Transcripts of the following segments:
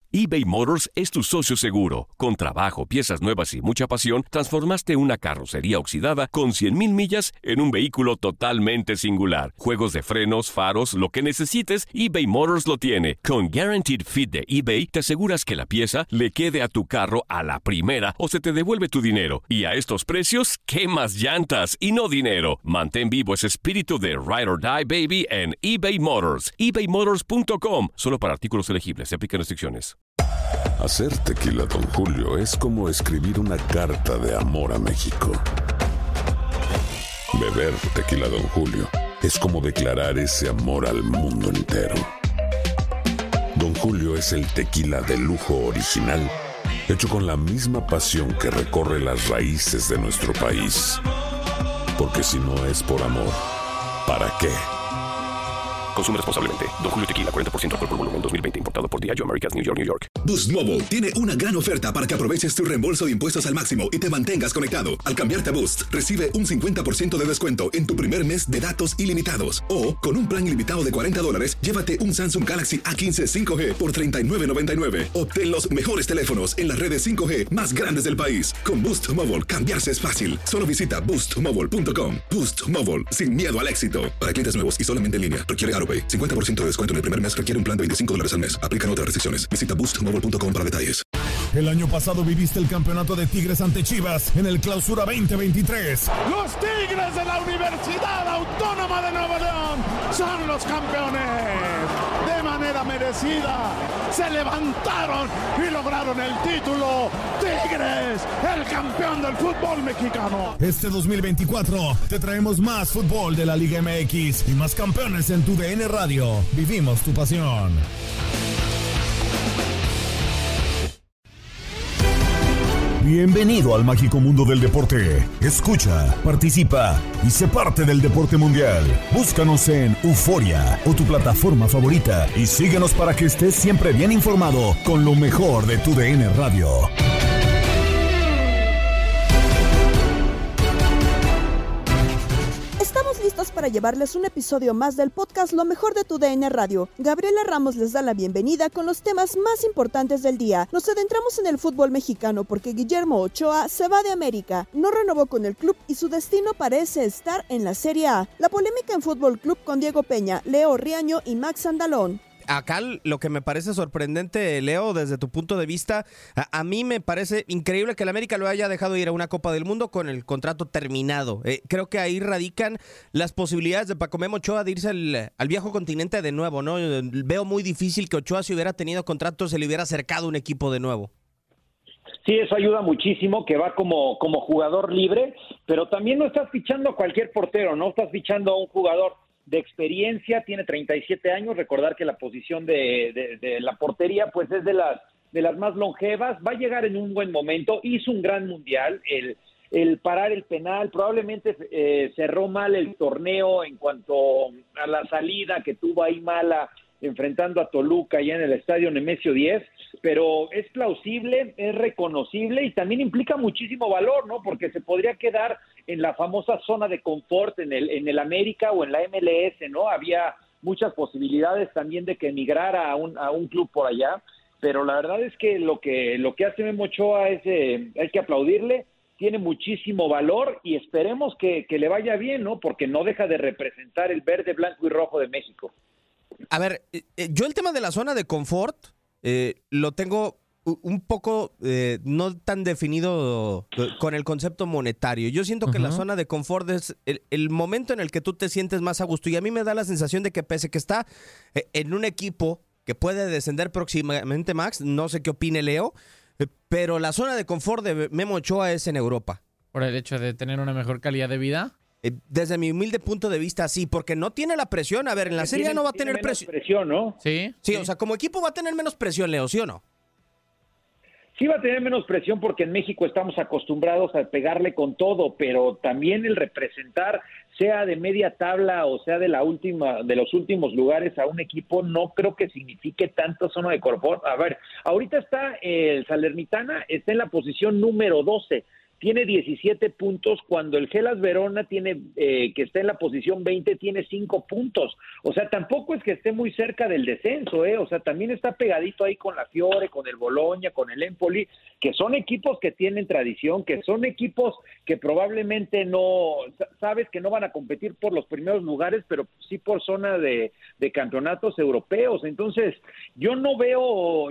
eBay Motors es tu socio seguro. Con trabajo, piezas nuevas y mucha pasión, transformaste una carrocería oxidada con 100,000 millas en un vehículo totalmente singular. Juegos de frenos, faros, lo que necesites, eBay Motors lo tiene. Con Guaranteed Fit de eBay, te aseguras que la pieza le quede a tu carro a la primera o se te devuelve tu dinero. Y a estos precios, ¿qué más llantas y no dinero? Mantén vivo ese espíritu de Ride or Die, baby, en eBay Motors. ebaymotors.com. Solo para artículos elegibles. Se aplican restricciones. Hacer tequila Don Julio es como escribir una carta de amor a México. Beber tequila Don Julio es como declarar ese amor al mundo entero. Don Julio es el tequila de lujo original, hecho con la misma pasión que recorre las raíces de nuestro país. Porque si no es por amor, ¿para qué? Consume responsablemente. Don Julio Tequila, 40% alcohol por volumen, 2020. Importado por Diageo Americas, New York, New York. Boost Mobile tiene una gran oferta para que aproveches tu reembolso de impuestos al máximo y te mantengas conectado. Al cambiarte a Boost, recibe un 50% de descuento en tu primer mes de datos ilimitados. O, con un plan ilimitado de $40, llévate un Samsung Galaxy A15 5G por $39.99. Obtén los mejores teléfonos en las redes 5G más grandes del país. Con Boost Mobile, cambiarse es fácil. Solo visita boostmobile.com. Boost Mobile, sin miedo al éxito. Para clientes nuevos y solamente en línea, requiere AroPay. 50% de descuento en el primer mes requiere un plan de $25 al mes. Aplican otras restricciones. Visita boostmobile.com para detalles. El año pasado viviste el campeonato de Tigres ante Chivas en el Clausura 2023. Los Tigres de la Universidad Autónoma de Nuevo León son los campeones. De manera merecida, se levantaron y lograron el título. Tigres, el campeón del fútbol mexicano. Este 2024 te traemos más fútbol de la Liga MX y más campeones en tu DN Radio. Vivimos tu pasión. Bienvenido al mágico mundo del deporte. Escucha, participa y sé parte del deporte mundial. Búscanos en Euforia o tu plataforma favorita y síguenos para que estés siempre bien informado con lo mejor de tu DN Radio. Estamos listos para llevarles un episodio más del podcast Lo Mejor de tu DN Radio. Gabriela Ramos les da la bienvenida con los temas más importantes del día. Nos adentramos en el fútbol mexicano porque Guillermo Ochoa se va de América. No renovó con el club y su destino parece estar en la Serie A. La polémica en Fútbol Club con Diego Peña, Leo Riaño y Max Andalón. Acá lo que me parece sorprendente, Leo, desde tu punto de vista, a mí me parece increíble que el América lo haya dejado ir a una Copa del Mundo con el contrato terminado. Creo que ahí radican las posibilidades de Paco Memo Ochoa de irse al viejo continente de nuevo, ¿no? Veo muy difícil que Ochoa, si hubiera tenido contrato, se le hubiera acercado un equipo de nuevo. Sí, eso ayuda muchísimo, que va como jugador libre, pero también no estás fichando a cualquier portero, no estás fichando a un jugador de experiencia, tiene 37 años, recordar que la posición de la portería pues es de las más longevas, va a llegar en un buen momento, hizo un gran mundial, el parar el penal, probablemente cerró mal el torneo en cuanto a la salida que tuvo ahí mala enfrentando a Toluca ya en el estadio Nemesio 10, pero es plausible, es reconocible y también implica muchísimo valor, ¿no? Porque se podría quedar en la famosa zona de confort en el América o en la MLS, ¿no? Había muchas posibilidades también de que emigrara a un club por allá, pero la verdad es que lo que hace Memo Ochoa es hay que aplaudirle, tiene muchísimo valor y esperemos que le vaya bien, ¿no? Porque no deja de representar el verde, blanco y rojo de México. A ver, yo el tema de la zona de confort lo tengo un poco no tan definido con el concepto monetario. Yo siento que la zona de confort es el momento en el que tú te sientes más a gusto y a mí me da la sensación de que pese que está en un equipo que puede descender próximamente, Max, no sé qué opine Leo, pero la zona de confort de Memo Ochoa es en Europa. ¿Por el hecho de tener una mejor calidad de vida? Desde mi humilde punto de vista, sí, porque no tiene la presión. A ver, en la Serie A no va a tener presión, ¿no? Sí, o sea, como equipo va a tener menos presión, Leo, ¿sí o no? Sí va a tener menos presión porque en México estamos acostumbrados a pegarle con todo, pero también el representar sea de media tabla o sea de los últimos lugares a un equipo, no creo que signifique tanto zona de confort. A ver, ahorita está el Salernitana, está en la posición número 12, tiene 17 puntos, cuando el Hellas Verona tiene que está en la posición 20, tiene 5 puntos. O sea, tampoco es que esté muy cerca del descenso, o sea, también está pegadito ahí con la Fiore, con el Bologna, con el Empoli, que son equipos que tienen tradición, que son equipos que probablemente no, sabes que no van a competir por los primeros lugares, pero sí por zona de campeonatos europeos. Entonces, yo no veo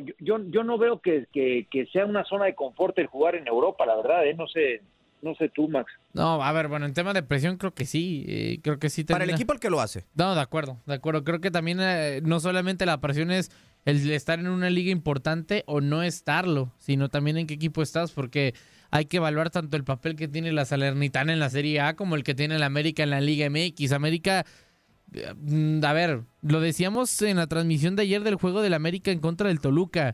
que sea una zona de confort el jugar en Europa, la verdad, no sé tú, Max. No, a ver, bueno, en tema de presión creo que sí Para el equipo el que lo hace. No, de acuerdo. Creo que también no solamente la presión es el estar en una liga importante o no estarlo, sino también en qué equipo estás, porque hay que evaluar tanto el papel que tiene la Salernitana en la Serie A como el que tiene el América en la Liga MX. América, a ver, lo decíamos en la transmisión de ayer del juego del América en contra del Toluca.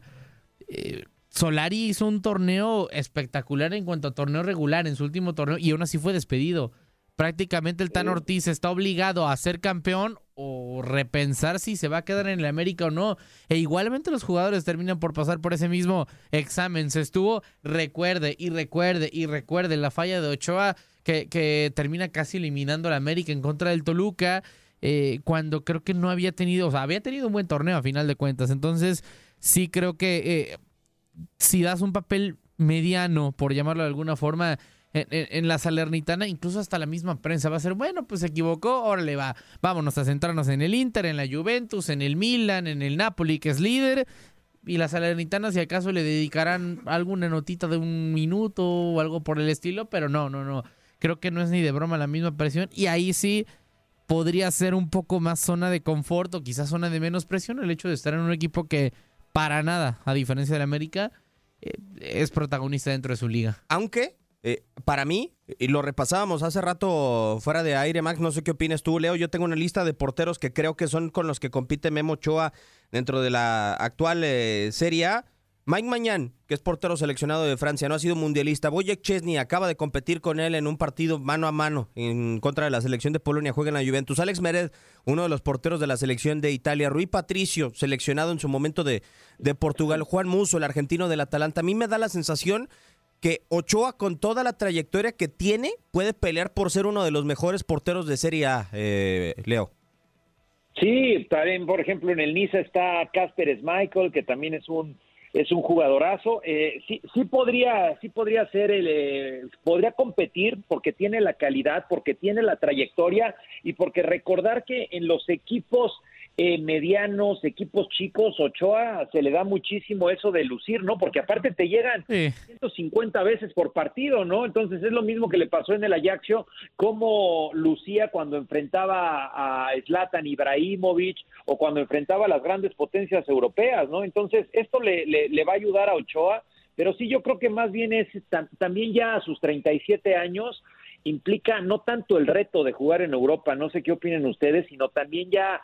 Solari hizo un torneo espectacular en cuanto a torneo regular en su último torneo y aún así fue despedido. Prácticamente el Tan Ortiz está obligado a ser campeón o repensar si se va a quedar en el América o no. E igualmente los jugadores terminan por pasar por ese mismo examen. Se estuvo, recuerde la falla de Ochoa que termina casi eliminando al América en contra del Toluca, cuando creo que no había tenido, o sea, había tenido un buen torneo a final de cuentas. Entonces sí creo que si das un papel mediano, por llamarlo de alguna forma, en la Salernitana, incluso hasta la misma prensa va a ser, bueno, pues se equivocó, órale, vámonos a centrarnos en el Inter, en la Juventus, en el Milan, en el Napoli, que es líder, y la Salernitana si acaso le dedicarán alguna notita de 1 minuto o algo por el estilo, pero no, creo que no es ni de broma la misma presión, y ahí sí podría ser un poco más zona de confort o quizás zona de menos presión el hecho de estar en un equipo que para nada, a diferencia del América, es protagonista dentro de su liga. Aunque, para mí, y lo repasábamos hace rato fuera de aire, Max, no sé qué opinas tú, Leo, yo tengo una lista de porteros que creo que son con los que compite Memo Ochoa dentro de la actual Serie A. Mike Maignan, que es portero seleccionado de Francia, no ha sido mundialista. Wojciech Szczesny acaba de competir con él en un partido mano a mano en contra de la selección de Polonia, juega en la Juventus. Alex Meret, uno de los porteros de la selección de Italia. Rui Patricio, seleccionado en su momento de Portugal. Juan Musso, el argentino del Atalanta. A mí me da la sensación que Ochoa, con toda la trayectoria que tiene, puede pelear por ser uno de los mejores porteros de Serie A, Leo. Sí, también, por ejemplo, en el Niza está Kasper Schmeichel, que también es un jugadorazo. Sí podría ser podría competir porque tiene la calidad, porque tiene la trayectoria y porque recordar que en los equipos medianos, equipos chicos, Ochoa se le da muchísimo eso de lucir, ¿no? Porque aparte te llegan 150 veces por partido, ¿no? Entonces es lo mismo que le pasó en el Ajaccio, como lucía cuando enfrentaba a Zlatan Ibrahimovic o cuando enfrentaba a las grandes potencias europeas, ¿no? Entonces esto le va a ayudar a Ochoa, pero sí, yo creo que más bien es también ya a sus 37 años implica no tanto el reto de jugar en Europa, no sé qué opinen ustedes, sino también ya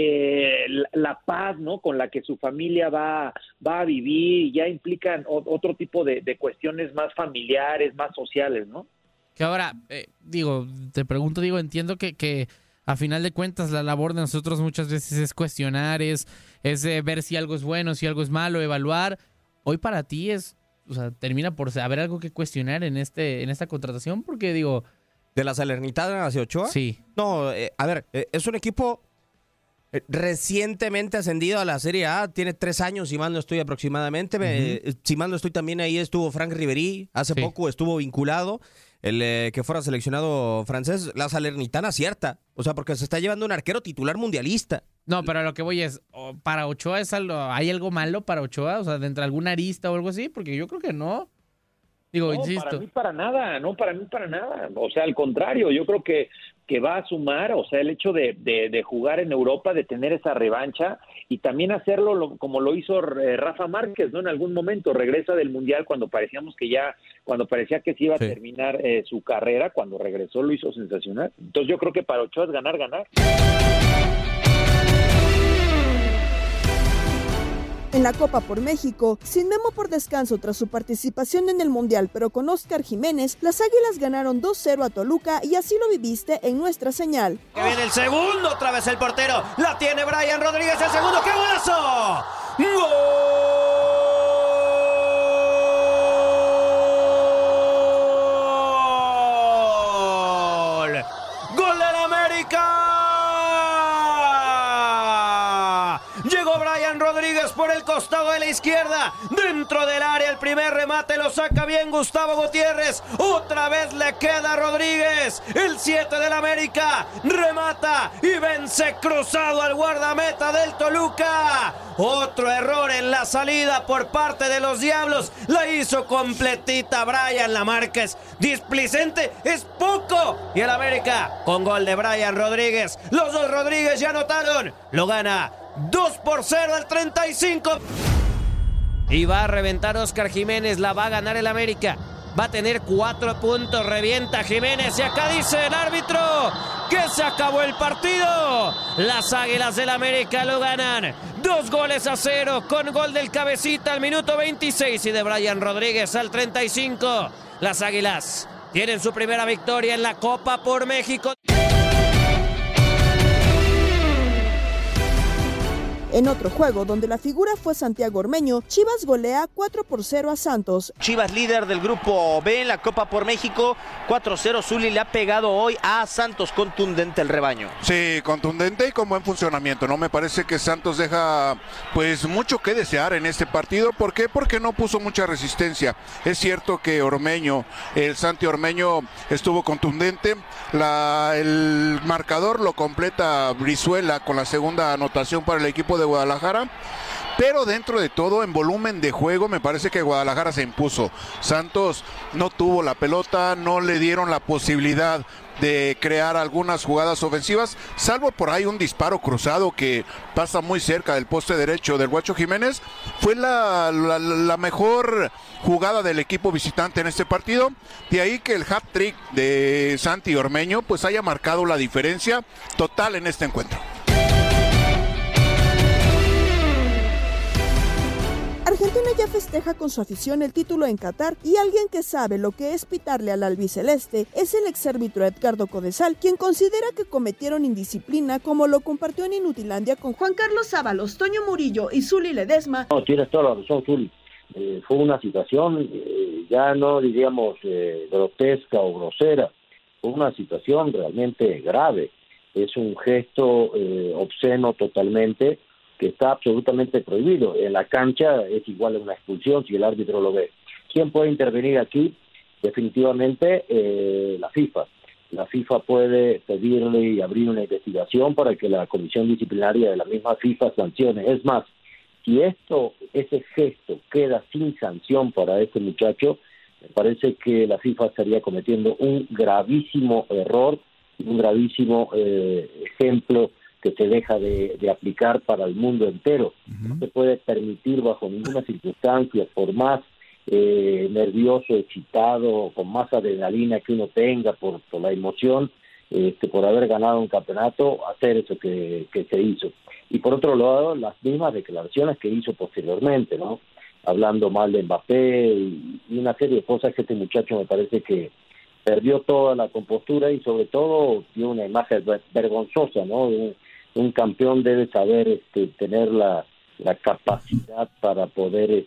la paz, ¿no?, con la que su familia va a vivir, ya implican otro tipo de cuestiones más familiares, más sociales, ¿no? Que ahora, te pregunto, entiendo que a final de cuentas la labor de nosotros muchas veces es cuestionar, es ver si algo es bueno, si algo es malo, evaluar. Hoy para ti termina por haber algo que cuestionar en esta contratación, porque ¿De la Salernitana hacia Ochoa? Sí. No, es un equipo recientemente ascendido a la Serie A, tiene 3 años, si mal no estoy aproximadamente. Si mal no estoy, también ahí estuvo Franck Ribéry, hace poco estuvo vinculado, el que fuera seleccionado francés. La Salernitana acierta, porque se está llevando un arquero titular mundialista. No, pero lo que voy es, ¿para Ochoa hay algo malo para Ochoa? ¿Dentro de alguna arista o algo así? Porque yo creo que no. Insisto. Para mí para nada. O sea, al contrario, yo creo que va a sumar, el hecho de jugar en Europa, de tener esa revancha y también hacerlo como lo hizo Rafa Márquez, ¿no? En algún momento regresa del Mundial cuando parecía que se iba a terminar su carrera, cuando regresó lo hizo sensacional. Entonces yo creo que para Ochoa es ganar. En la Copa por México, sin Memo por descanso tras su participación en el Mundial, pero con Óscar Jiménez, las Águilas ganaron 2-0 a Toluca y así lo viviste en nuestra señal. Que viene el segundo, otra vez el portero, la tiene Brian Rodríguez, el segundo, ¡qué golazo! ¡Gol! ¡Gol del América! Llegó Brian Rodríguez por el costado de la izquierda, dentro del área, el primer remate lo saca bien Gustavo Gutiérrez, otra vez le queda a Rodríguez, el 7 del América, remata y vence cruzado al guardameta del Toluca. Otro error en la salida por parte de los Diablos, la hizo completita Brian, la marca es displicente, es poco, y el América con gol de Brian Rodríguez, los dos Rodríguez ya anotaron, lo gana 2-0 al 35. Y va a reventar Óscar Jiménez, la va a ganar el América. Va a tener 4 puntos, revienta Jiménez y acá dice el árbitro que se acabó el partido. Las Águilas del América lo ganan 2-0 con gol del Cabecita al minuto 26 y de Brian Rodríguez al 35. Las Águilas tienen su primera victoria en la Copa por México. En otro juego, donde la figura fue Santiago Ormeño, Chivas golea 4-0 a Santos. Chivas líder del grupo B en la Copa por México, 4-0. Zuli le ha pegado hoy a Santos, contundente el rebaño. Sí, contundente y con buen funcionamiento, ¿no? Me parece que Santos deja pues mucho que desear en este partido. ¿Por qué? Porque no puso mucha resistencia. Es cierto que Ormeño, el Santi Ormeño estuvo contundente. El marcador lo completa Brizuela con la segunda anotación para el equipo de Guadalajara, pero dentro de todo en volumen de juego me parece que Guadalajara se impuso. Santos no tuvo la pelota, no le dieron la posibilidad de crear algunas jugadas ofensivas, salvo por ahí un disparo cruzado que pasa muy cerca del poste derecho del Guacho Jiménez. Fue la mejor jugada del equipo visitante en este partido, de ahí que el hat-trick de Santi Ormeño pues haya marcado la diferencia total en este encuentro. Argentina ya festeja con su afición el título en Qatar y alguien que sabe lo que es pitarle al albiceleste es el exárbitro Edgardo Codesal, quien considera que cometieron indisciplina como lo compartió en Inutilandia con Juan Carlos Ábalos, Toño Murillo y Zuli Ledesma. No, tienes toda la razón, Zuli. Fue una situación ya no diríamos grotesca o grosera, fue una situación realmente grave. Es un gesto obsceno totalmente, que está absolutamente prohibido. En la cancha es igual a una expulsión si el árbitro lo ve. ¿Quién puede intervenir aquí? Definitivamente la FIFA. La FIFA puede pedirle y abrir una investigación para que la comisión disciplinaria de la misma FIFA sancione. Es más, si ese gesto queda sin sanción para este muchacho, me parece que la FIFA estaría cometiendo un gravísimo error, un gravísimo ejemplo que se deja de aplicar para el mundo entero. No se puede permitir bajo ninguna circunstancia, por más nervioso, excitado, con más adrenalina que uno tenga por la emoción, por haber ganado un campeonato, hacer eso que se hizo. Y por otro lado, las mismas declaraciones que hizo posteriormente, ¿no? Hablando mal de Mbappé y una serie de cosas que este muchacho me parece que perdió toda la compostura y sobre todo dio una imagen vergonzosa, ¿no? Un campeón debe saber tener la capacidad para poder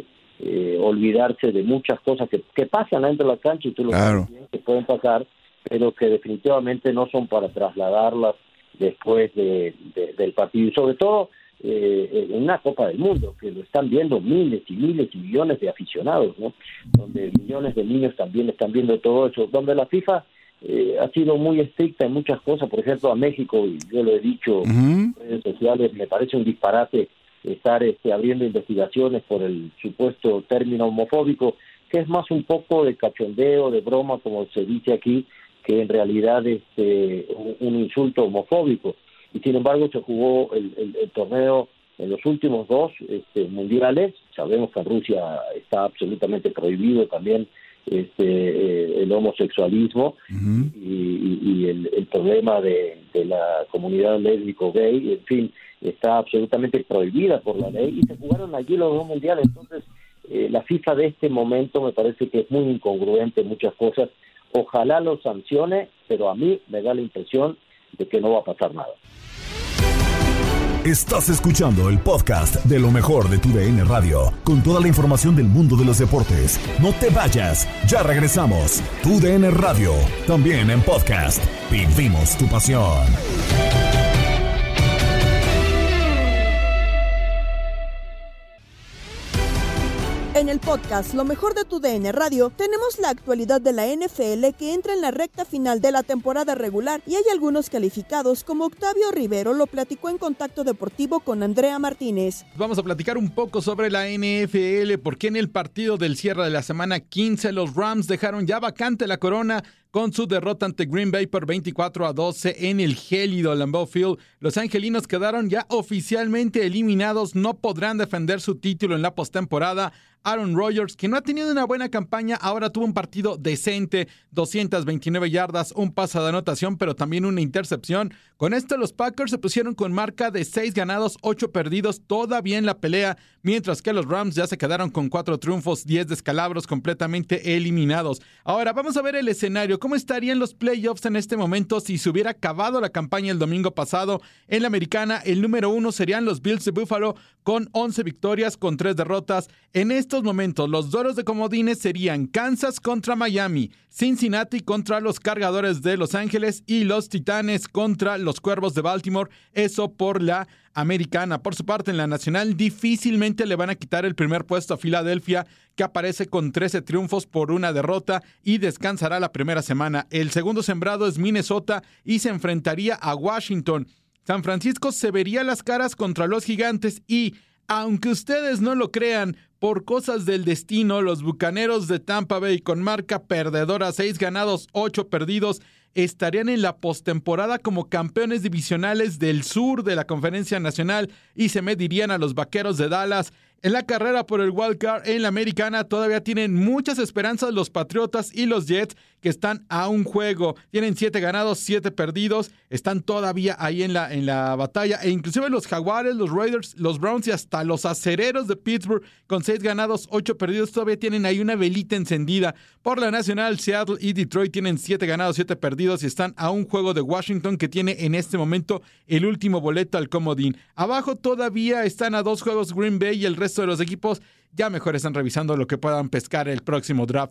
olvidarse de muchas cosas que pasan dentro de la cancha y tú lo sabes bien, que pueden pasar, pero que definitivamente no son para trasladarlas después del partido. Y sobre todo en una Copa del Mundo, que lo están viendo miles y miles y millones de aficionados, ¿no? Donde millones de niños también están viendo todo eso, donde la FIFA ha sido muy estricta en muchas cosas. Por ejemplo, a México, y yo lo he dicho en redes sociales, me parece un disparate estar abriendo investigaciones por el supuesto término homofóbico, que es más un poco de cachondeo, de broma, como se dice aquí, que en realidad es un insulto homofóbico. Y sin embargo se jugó el torneo en los últimos dos mundiales. Sabemos que en Rusia está absolutamente prohibido también el homosexualismo y el problema de de la comunidad lésbico-gay, en fin, está absolutamente prohibida por la ley, y se jugaron allí los dos mundiales. Entonces, la FIFA de este momento me parece que es muy incongruente en muchas cosas. Ojalá lo sancione, pero a mí me da la impresión de que no va a pasar nada. Estás escuchando el podcast de lo mejor de TUDN Radio, con toda la información del mundo de los deportes. No te vayas, ya regresamos. TUDN Radio, también en podcast. Vivimos tu pasión. En el podcast Lo mejor de TUDN Radio tenemos la actualidad de la NFL que entra en la recta final de la temporada regular y hay algunos calificados como Octavio Rivero lo platicó en Contacto Deportivo con Andrea Martínez. Vamos a platicar un poco sobre la NFL porque en el partido del cierre de la semana 15 los Rams dejaron ya vacante la corona con su derrota ante Green Bay por 24-12 en el gélido Lambeau Field. Los angelinos quedaron ya oficialmente eliminados, no podrán defender su título en la postemporada. Aaron Rodgers, que no ha tenido una buena campaña, ahora tuvo un partido decente, 229 yardas, un pase de anotación, pero también una intercepción. Con esto los Packers se pusieron con marca de 6 ganados, 8 perdidos, todavía en la pelea, mientras que los Rams ya se quedaron con 4 triunfos, 10 descalabros, completamente eliminados. Ahora vamos a ver el escenario. ¿Cómo estarían los playoffs en este momento si se hubiera acabado la campaña el domingo pasado? En la americana, el número 1 serían los Bills de Buffalo con 11 victorias, con 3 derrotas. En estos momentos, los duelos de comodines serían Kansas contra Miami, Cincinnati contra los Cargadores de Los Ángeles y los Titanes contra los Cuervos de Baltimore. Eso por la americana. Por su parte, en la nacional, difícilmente le van a quitar el primer puesto a Filadelfia, que aparece con 13 triunfos por una derrota y descansará la primera semana. El segundo sembrado es Minnesota y se enfrentaría a Washington. San Francisco se vería las caras contra los Gigantes y, aunque ustedes no lo crean, por cosas del destino, los Bucaneros de Tampa Bay con marca perdedora, 6 ganados, 8 perdidos, estarían en la postemporada como campeones divisionales del sur de la Conferencia Nacional y se medirían a los Vaqueros de Dallas. En la carrera por el Wild Card en la americana todavía tienen muchas esperanzas los Patriotas y los Jets, que están a un juego. Tienen 7 ganados, 7 perdidos. Están todavía ahí en la batalla. E inclusive los Jaguares, los Raiders, los Browns y hasta los Acereros de Pittsburgh con 6 ganados, 8 perdidos. Todavía tienen ahí una velita encendida. Por la nacional, Seattle y Detroit tienen 7 ganados, 7 perdidos y están a un juego de Washington, que tiene en este momento el último boleto al comodín. Abajo todavía están a 2 juegos Green Bay y el resto de los equipos ya mejor están revisando lo que puedan pescar el próximo draft.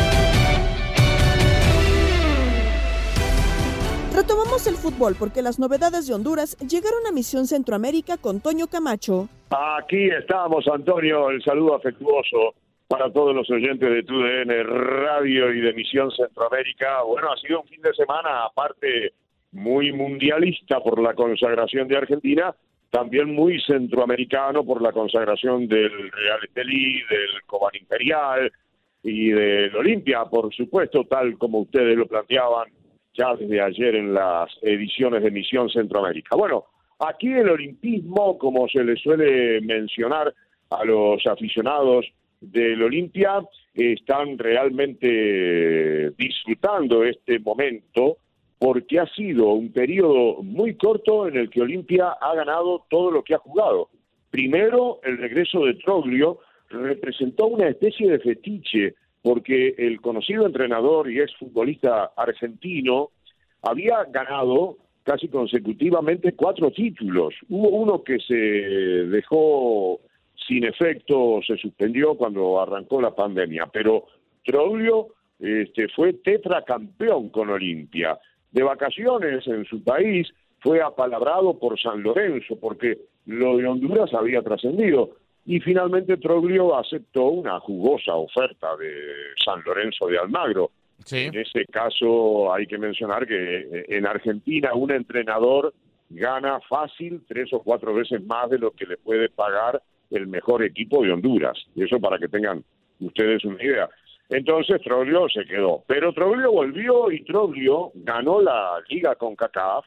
Retomamos el fútbol porque las novedades de Honduras llegaron a Misión Centroamérica con Toño Camacho. Aquí estamos, Antonio, el saludo afectuoso para todos los oyentes de TUDN Radio y de Misión Centroamérica. Bueno, ha sido un fin de semana, aparte muy mundialista por la consagración de Argentina, también muy centroamericano por la consagración del Real Estelí, del Cobán Imperial y del Olimpia, por supuesto, tal como ustedes lo planteaban ya desde ayer en las ediciones de Misión Centroamérica. Bueno, aquí el olimpismo, como se le suele mencionar a los aficionados del Olimpia, están realmente disfrutando este momento porque ha sido un periodo muy corto en el que Olimpia ha ganado todo lo que ha jugado. Primero, el regreso de Troglio representó una especie de fetiche, porque el conocido entrenador y exfutbolista argentino había ganado casi consecutivamente 4 títulos. Hubo uno que se dejó sin efecto, se suspendió cuando arrancó la pandemia, pero Troglio fue tetracampeón con Olimpia. De vacaciones en su país, fue apalabrado por San Lorenzo, porque lo de Honduras había trascendido. Y finalmente Troglio aceptó una jugosa oferta de San Lorenzo de Almagro. Sí. En ese caso hay que mencionar que en Argentina un entrenador gana fácil 3 o 4 veces más de lo que le puede pagar el mejor equipo de Honduras. Y eso para que tengan ustedes una idea. Entonces Troglio se quedó, pero Troglio volvió y Troglio ganó la Liga CONCACAF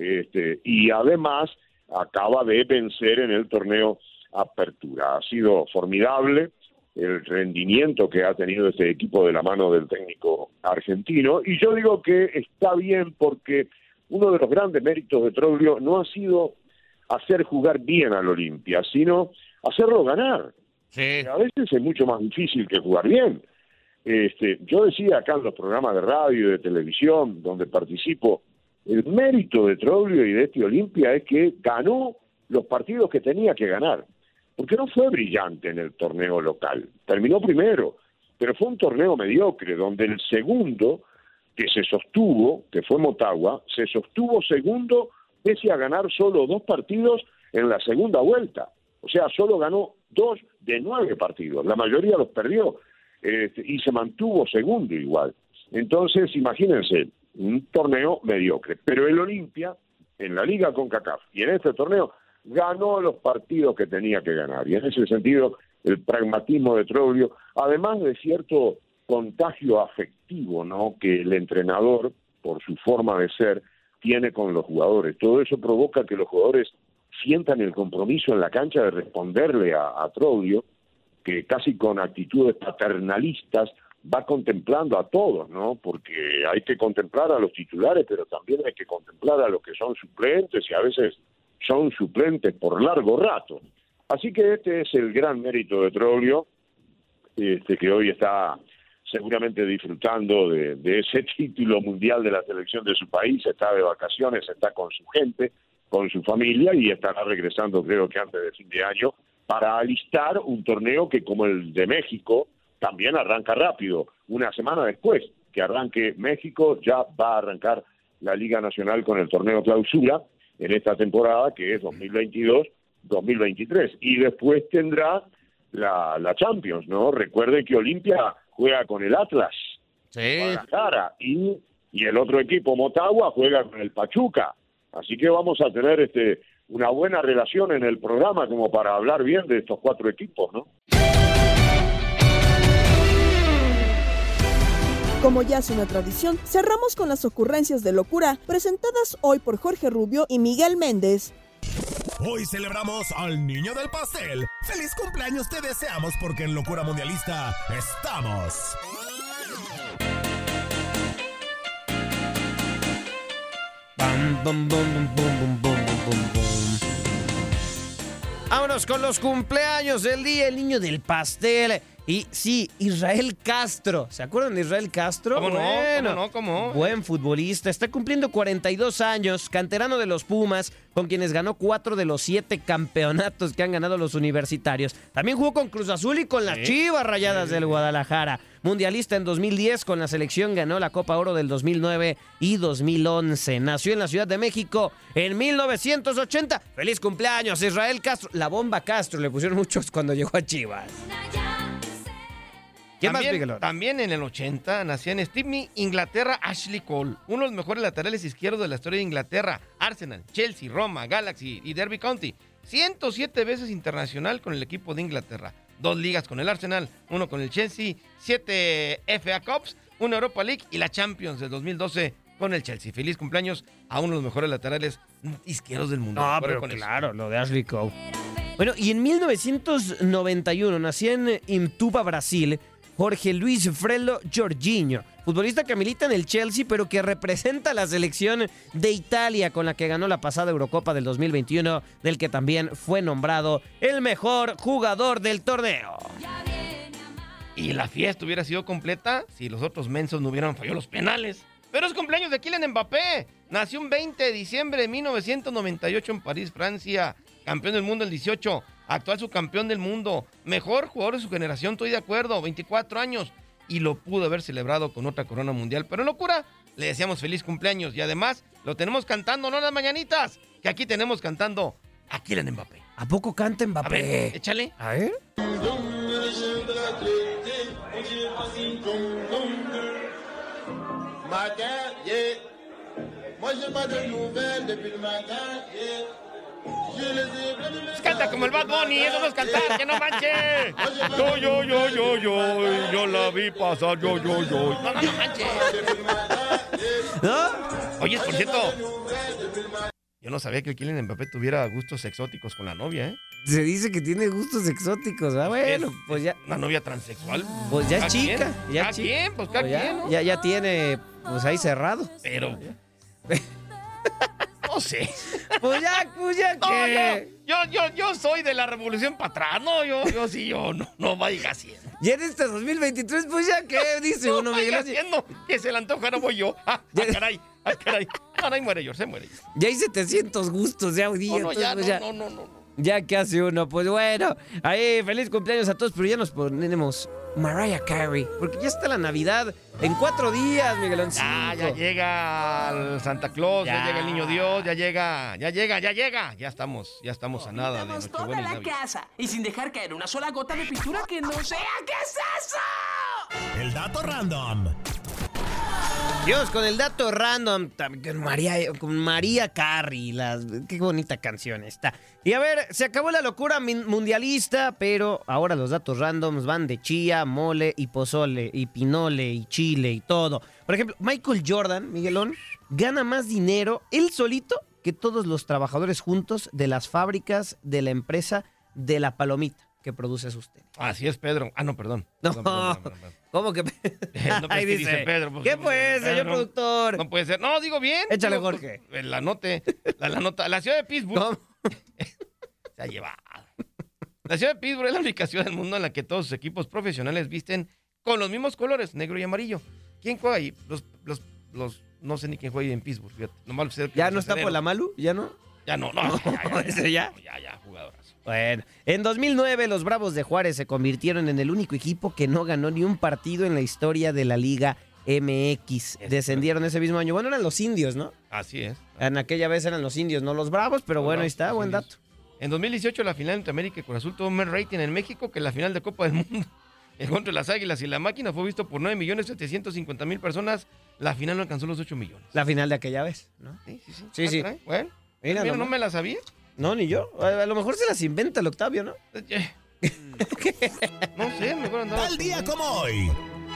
y además acaba de vencer en el torneo Apertura. Ha sido formidable el rendimiento que ha tenido este equipo de la mano del técnico argentino y yo digo que está bien porque uno de los grandes méritos de Troglio no ha sido hacer jugar bien al Olimpia, sino hacerlo ganar. Sí. A veces es mucho más difícil que jugar bien. Yo decía acá en los programas de radio y de televisión donde participo, el mérito de Troglio y de este Olimpia es que ganó los partidos que tenía que ganar, porque no fue brillante en el torneo local, terminó primero, pero fue un torneo mediocre, donde el segundo que se sostuvo, que fue Motagua, se sostuvo segundo pese a ganar solo 2 partidos en la segunda vuelta, o sea, solo ganó 2 de 9 partidos, la mayoría los perdió, y se mantuvo segundo igual. Entonces, imagínense, un torneo mediocre, pero el Olimpia, en la Liga CONCACAF y en este torneo, ganó los partidos que tenía que ganar, y en ese sentido, el pragmatismo de Troglio, además de cierto contagio afectivo, ¿no?, que el entrenador, por su forma de ser, tiene con los jugadores. Todo eso provoca que los jugadores sientan el compromiso en la cancha de responderle a Troglio, que casi con actitudes paternalistas va contemplando a todos, ¿no? Porque hay que contemplar a los titulares, pero también hay que contemplar a los que son suplentes, y a veces son suplentes por largo rato. Así que este es el gran mérito de Troglio, que hoy está seguramente disfrutando de ese título mundial de la selección de su país, está de vacaciones, está con su gente, con su familia, y estará regresando, creo que antes de fin de año, para alistar un torneo que, como el de México, también arranca rápido. Una semana después que arranque México, ya va a arrancar la Liga Nacional con el torneo clausura en esta temporada, que es 2022-2023. Y después tendrá la Champions, ¿no? Recuerden que Olimpia juega con el Atlas, Guadalajara, y el otro equipo, Motagua, juega con el Pachuca. Así que vamos a tener una buena relación en el programa como para hablar bien de estos 4 equipos, ¿no? Como ya es una tradición, cerramos con las ocurrencias de locura presentadas hoy por Jorge Rubio y Miguel Méndez. Hoy celebramos al niño del pastel. ¡Feliz cumpleaños te deseamos porque en Locura Mundialista estamos! Bam, bam, bam, bam, bam, bam, bam. Vámonos con los cumpleaños del día, el niño del pastel. Y sí, Israel Castro. ¿Se acuerdan de Israel Castro? ¿Cómo no? Bueno, ¿Cómo no? Buen futbolista. Está cumpliendo 42 años, canterano de los Pumas, con quienes ganó 4 de los 7 campeonatos que han ganado los universitarios. También jugó con Cruz Azul y con las Chivas Rayadas del Guadalajara. Mundialista en 2010 con la selección, ganó la Copa Oro del 2009 y 2011. Nació en la Ciudad de México en 1980. ¡Feliz cumpleaños, Israel Castro! La bomba Castro le pusieron muchos cuando llegó a Chivas. ¿Quién más, Miguelón? También en el 80 nació en Sydney, Inglaterra, Ashley Cole, uno de los mejores laterales izquierdos de la historia de Inglaterra. Arsenal, Chelsea, Roma, Galaxy y Derby County. 107 veces internacional con el equipo de Inglaterra. 2 ligas con el Arsenal, 1 con el Chelsea, 7 FA Cups, 1 Europa League y la Champions del 2012 con el Chelsea. Feliz cumpleaños a uno de los mejores laterales izquierdos del mundo. No, pero claro, lo de Ashley Cole. Bueno, y en 1991 nació en Imbituba, Brasil, Jorge Luis Frello Jorginho, futbolista que milita en el Chelsea, pero que representa a la selección de Italia, con la que ganó la pasada Eurocopa del 2021, del que también fue nombrado el mejor jugador del torneo. Y la fiesta hubiera sido completa si los otros mensos no hubieran fallado los penales. Pero es cumpleaños de Kylian Mbappé. Nació un 20 de diciembre de 1998 en París, Francia. Campeón del mundo el 18. Actual subcampeón del mundo. Mejor jugador de su generación, estoy de acuerdo. 24 años. Y lo pudo haber celebrado con otra corona mundial. Pero en locura, le deseamos feliz cumpleaños. Y además, lo tenemos cantando, no las mañanitas. Que aquí tenemos cantando a Kylian Mbappé. ¿A poco canta Mbappé? A ver, échale. A ver. Canta como el Bad Bunny, eso no es cantar, que no manche. Yo la vi pasar, yo. No manche. ¿No? Oye, por cierto, yo no sabía que el Kylian Mbappé tuviera gustos exóticos con la novia, ¿eh? Se dice que tiene gustos exóticos, ¿ah? Bueno, pues ya. ¿Una novia transexual? Pues ya es chica. ¿Quién? Pues cada quien, ¿no? Ya tiene, pues ahí cerrado. Pero no sé. Pues ya que... Yo soy de la revolución para atrás. No, yo no vaya haciendo. Y en este 2023, pues ya que dice uno, Miguel. Haciendo que se le antoja, no voy yo. Caray. Caray, muere yo, se muere. Ya hay 700 gustos ya hoy día. No. Ya que hace uno, pues bueno. Ahí, feliz cumpleaños a todos, pero ya nos ponemos Mariah Carey, porque ya está la Navidad en 4 días, Miguelón. Ya llega el Santa Claus, ya llega el Niño Dios, ya llega. Ya estamos a nada de Nochebuena toda la casa y sin dejar caer una sola gota de pintura que no sea. ¿Qué es eso? El dato random. Dios, con el dato random, con Mariah Carey, qué bonita canción está. Y a ver, se acabó la locura mundialista, pero ahora los datos randoms van de chía, mole y pozole, y pinole, y chile, y todo. Por ejemplo, Michael Jordan, Miguelón, gana más dinero él solito que todos los trabajadores juntos de las fábricas de la empresa de la palomita que produce sus tenis. Así es, Pedro. No, perdón. No, perdón. ¿Cómo que? No, Ahí dice Pedro. Pues, ¿qué pues, señor productor? No puede ser. No, digo bien. Échale, Jorge. La nota. La ciudad de Pittsburgh. Se ha llevado. La ciudad de Pittsburgh es la única ciudad del mundo en la que todos sus equipos profesionales visten con los mismos colores, negro y amarillo. ¿Quién juega ahí? Los no sé ni quién juega ahí en Pittsburgh, fíjate. ¿Ya no está por la Malu? ¿Ya no? Ya no. Ya, jugadoras. Bueno, en 2009 los Bravos de Juárez se convirtieron en el único equipo que no ganó ni un partido en la historia de la Liga MX. Descendieron ese mismo año. Bueno, eran los Indios, ¿no? Así es. En aquella vez eran los Indios, no los Bravos, pero bueno, ahí está, buen dato. En 2018 la final entre América y Cruz Azul tuvo más rating en México que la final de Copa del Mundo. El contra las Águilas y la Máquina fue visto por 9.750.000 personas. La final no alcanzó los 8 millones. La final de aquella vez, ¿no? Sí. Bueno, mira, no me la sabía. No, ni yo. A lo mejor se las inventa el Octavio, ¿no? No sé, mejor andaba. Tal día como hoy.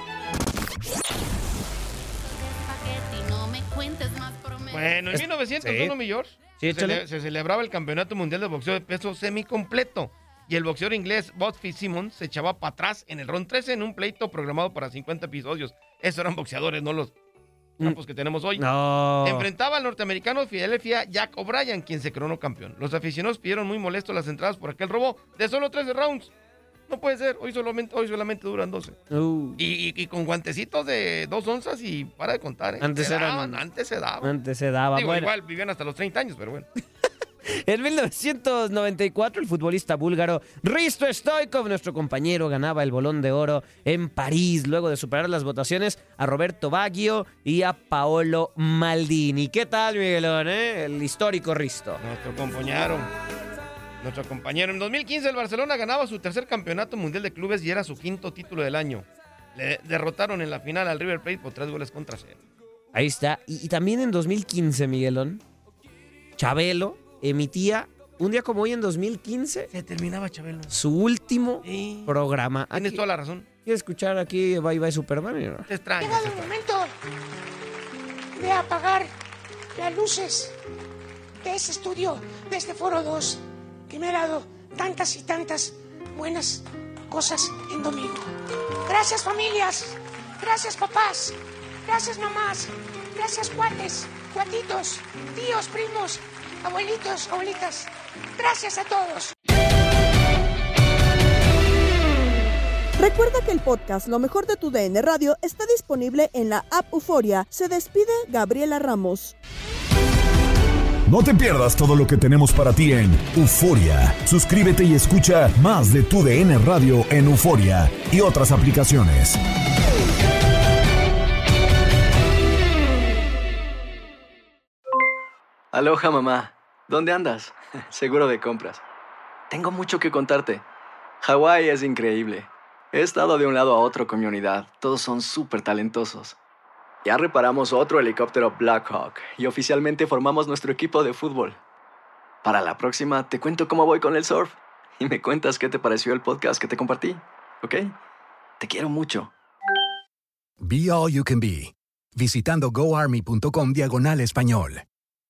Bueno, en 1901, mi George, se celebraba el Campeonato Mundial de Boxeo de Peso Semicompleto. Y el boxeador inglés Bud Fitzsimmons se echaba para atrás en el round 13 en un pleito programado para 50 episodios. Esos eran boxeadores, no los campos que tenemos hoy. No. Enfrentaba al norteamericano Philadelphia Jack O'Brien, quien se coronó campeón. Los aficionados pidieron muy molestos las entradas por aquel robo de solo 13 rounds. No puede ser, hoy solamente duran 12. Y con guantecitos de 2 onzas y para de contar. Antes se daba. Digo, bueno. igual vivían hasta los 30 años, pero bueno. En 1994, el futbolista búlgaro Hristo Stoichkov, nuestro compañero, ganaba el Balón de Oro en París, luego de superar las votaciones a Roberto Baggio y a Paolo Maldini. ¿Qué tal, Miguelón, el histórico Hristo? Nuestro compañero. En 2015, el Barcelona ganaba su tercer campeonato mundial de clubes y era su 5º título del año. Le derrotaron en la final al River Plate por 3-0. Ahí está. Y también en 2015, Miguelón, Chabelo emitía, un día como hoy en 2015... Se terminaba Chabelo. Su último programa. Tienes toda la razón. ¿Quieres escuchar aquí Bye Bye Superman? Te extraño. Llegado el momento de apagar las luces de este estudio, de este Foro 2, que me ha dado tantas y tantas buenas cosas en domingo. Gracias, familias. Gracias, papás. Gracias, mamás. Gracias, cuates, cuatitos, tíos, primos, abuelitos, abuelitas. Gracias a todos. Recuerda que el podcast Lo Mejor de tu DN Radio está disponible en la app Euforia. Se despide Gabriela Ramos. No te pierdas todo lo que tenemos para ti en Euforia. Suscríbete y escucha más de tu DN Radio en Euforia y otras aplicaciones. Aloha, mamá. ¿Dónde andas? Seguro de compras. Tengo mucho que contarte. Hawái es increíble. He estado de un lado a otro con mi unidad. Todos son súper talentosos. Ya reparamos otro helicóptero Blackhawk y oficialmente formamos nuestro equipo de fútbol. Para la próxima te cuento cómo voy con el surf y me cuentas qué te pareció el podcast que te compartí, ¿ok? Te quiero mucho. Be All You Can Be, visitando goarmy.com/español.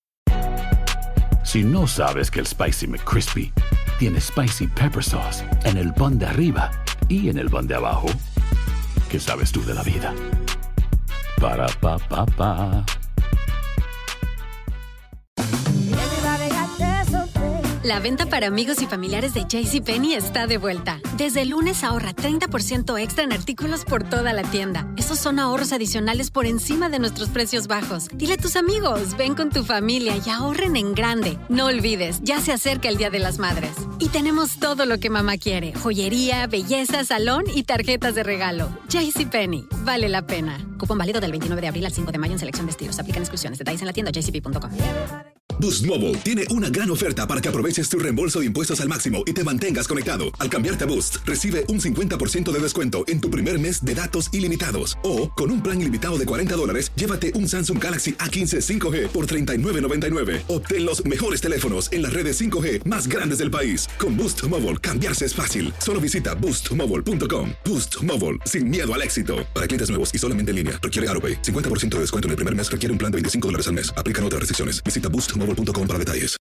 Si no sabes que el Spicy McCrispy tiene Spicy Pepper Sauce en el pan de arriba y en el pan de abajo, ¿qué sabes tú de la vida? Para, pa, pa, pa. La venta para amigos y familiares de JCPenney está de vuelta. Desde el lunes ahorra 30% extra en artículos por toda la tienda. Esos son ahorros adicionales por encima de nuestros precios bajos. Dile a tus amigos, ven con tu familia y ahorren en grande. No olvides, ya se acerca el Día de las Madres. Y tenemos todo lo que mamá quiere: joyería, belleza, salón y tarjetas de regalo. JCPenney, vale la pena. Cupón válido del 29 de abril al 5 de mayo en selección de estilos. Aplican exclusiones. Detalles en la tienda jcp.com. Boost Mobile tiene una gran oferta para que aproveches tu reembolso de impuestos al máximo y te mantengas conectado. Al cambiarte a Boost, recibe un 50% de descuento en tu primer mes de datos ilimitados. O, con un plan ilimitado de $40, llévate un Samsung Galaxy A15 5G por $39.99. Obtén los mejores teléfonos en las redes 5G más grandes del país. Con Boost Mobile, cambiarse es fácil. Solo visita boostmobile.com. Boost Mobile, sin miedo al éxito. Para clientes nuevos y solamente en línea, requiere AutoPay. 50% de descuento en el primer mes, requiere un plan de $25 al mes. Aplican otras restricciones. Visita boostmobile.com para detalles.